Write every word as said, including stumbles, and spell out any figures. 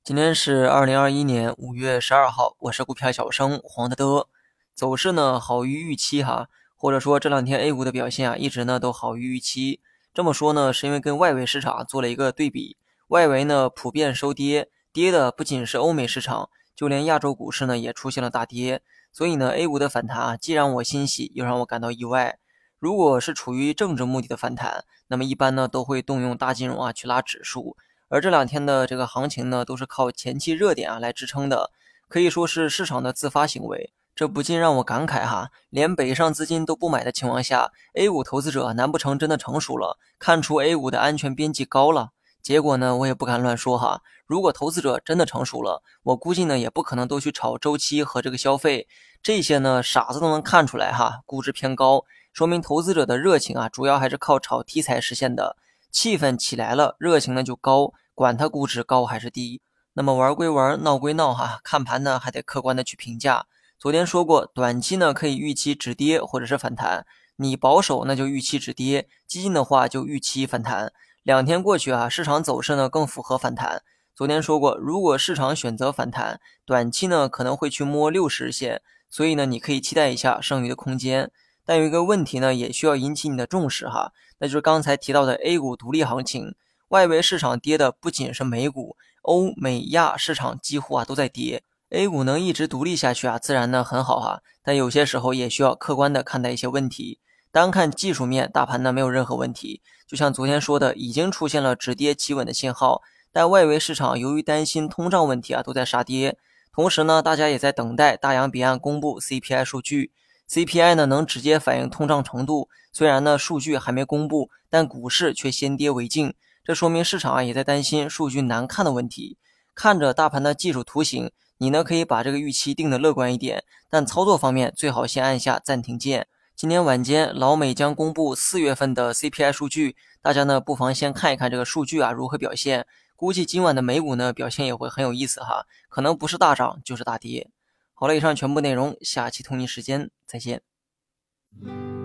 今天是二零二一年五月十二号，我是股票小生黄德德。走势呢好于预期哈，或者说这两天 A 股的表现啊，一直呢都好于预期。这么说呢，是因为跟外围市场做了一个对比，外围呢普遍收跌，跌的不仅是欧美市场，就连亚洲股市呢也出现了大跌。所以呢 A 股的反弹啊，既让我欣喜，又让我感到意外。如果是处于政治目的的反弹，那么一般呢都会动用大金融啊去拉指数。而这两天的这个行情呢，都是靠前期热点啊来支撑的，可以说是市场的自发行为。这不禁让我感慨哈，连北上资金都不买的情况下，A 股投资者难不成真的成熟了，看出 A 股的安全边际高了？结果呢，我也不敢乱说哈。如果投资者真的成熟了，我估计呢也不可能都去炒周期和这个消费，这些呢傻子都能看出来哈，估值偏高，说明投资者的热情啊，主要还是靠炒题材实现的。气氛起来了，热情呢就高，管它估值高还是低。那么玩归玩，闹归闹哈，看盘呢还得客观的去评价。昨天说过，短期呢可以预期止跌或者是反弹，你保守那就预期止跌，激进的话就预期反弹。两天过去啊，市场走势呢更符合反弹。昨天说过，如果市场选择反弹，短期呢可能会去摸六十日线，所以呢你可以期待一下剩余的空间。但有一个问题呢，也需要引起你的重视哈，那就是刚才提到的 A 股独立行情，外围市场跌的不仅是美股，欧美亚市场几乎啊都在跌。A 股能一直独立下去啊，自然呢很好哈，但有些时候也需要客观的看待一些问题。单看技术面，大盘呢没有任何问题，就像昨天说的，已经出现了止跌企稳的信号，但外围市场由于担心通胀问题啊，都在杀跌。同时呢，大家也在等待大洋彼岸公布 C P I 数据。C P I 呢能直接反映通胀程度，虽然呢数据还没公布，但股市却先跌为敬，这说明市场啊也在担心数据难看的问题。看着大盘的技术图形，你呢可以把这个预期定得乐观一点，但操作方面最好先按下暂停键。今天晚间老美将公布四月份的 C P I 数据，大家呢不妨先看一看这个数据啊如何表现。估计今晚的美股呢表现也会很有意思哈，可能不是大涨就是大跌。好了，以上全部内容，下期同一时间再见。